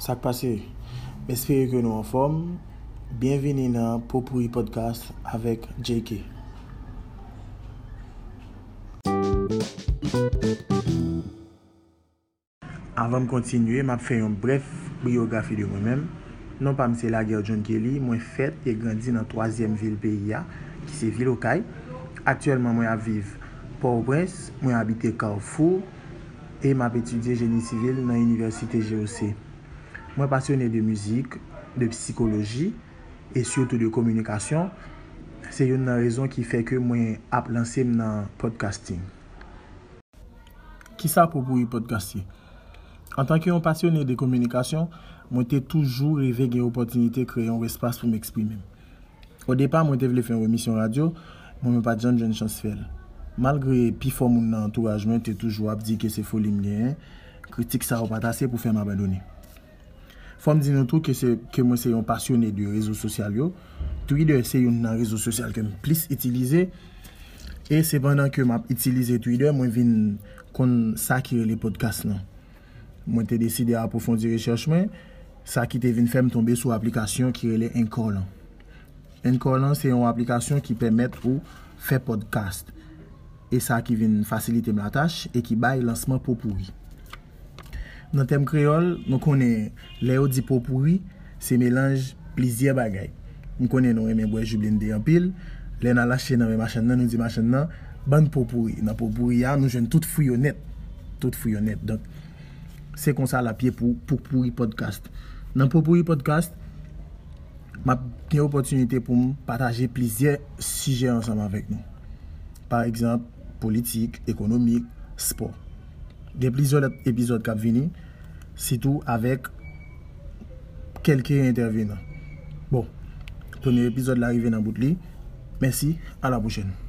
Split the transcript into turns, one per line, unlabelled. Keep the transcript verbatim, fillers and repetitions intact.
ça qui passe. J'espère que nous en forme. Bienvenue dans Popuri Podcast avec J K. Avant de continuer, je vais faire une brève biographie de moi-même. Non pas M. Laguerre John Kelly, moi fait et grandi dans la troisième ville pays, qui c'est Ville Okaï. Actuellement, moi je vis Port-au-Prince, moi habite Carrefour et je étudie génie civil dans l'université G O C. Moi passionné de musique, de psychologie et surtout de communication. C'est une raison qui fait que moi j'ai lancé dans le podcasting. Qui ça pour pour podcasting? En tant que passionné de communication, moi j'ai toujours rêvé d'une opportunité de créer un espace pour m'exprimer. Au départ, moi je voulais faire une émission radio, moi je pas de jeune chance faire. Malgré plus fort mon entourage, moi j'ai toujours dit que c'est folie me critique ça pas assez pour faire m'abandonner. Faut me dire tout que c'est que moi c'est un passionné de réseaux sociaux. Twitter c'est un réseau social que je plus utilisé et c'est pendant que m'a utilisé Twitter, moi vinn kon ça qui les podcasts là. Moi j'ai décidé à approfondir recherche moi, ça qui te vinn faire me tomber sur application qui est Anchor. Anchor c'est une application qui permet ou faire podcast. Et ça qui vient faciliter la tâche et qui baille lancement Popuri. Dans le thème créole, nous connaissons les audits Popuri, c'est mélange plusieurs bagailles. Nous connaissons les mêmes bois jublende en pile, les na lâché dans les machines nous dit machine nan ban Popuri. Dans Popuri nous joine toute fouillonnette, toute fouillonnette. Donc c'est comme ça la pied pour Popuri podcast. Dans Popuri podcast, m'a une opportunité pour partager plusieurs sujets ensemble avec nous. Par exemple, politique, économique, sport. Des plusieurs épisodes qui viennent, c'est tout avec quelques intervenants. Bon, premier épisode l'arrivée dans bout de lit. Merci, à la prochaine.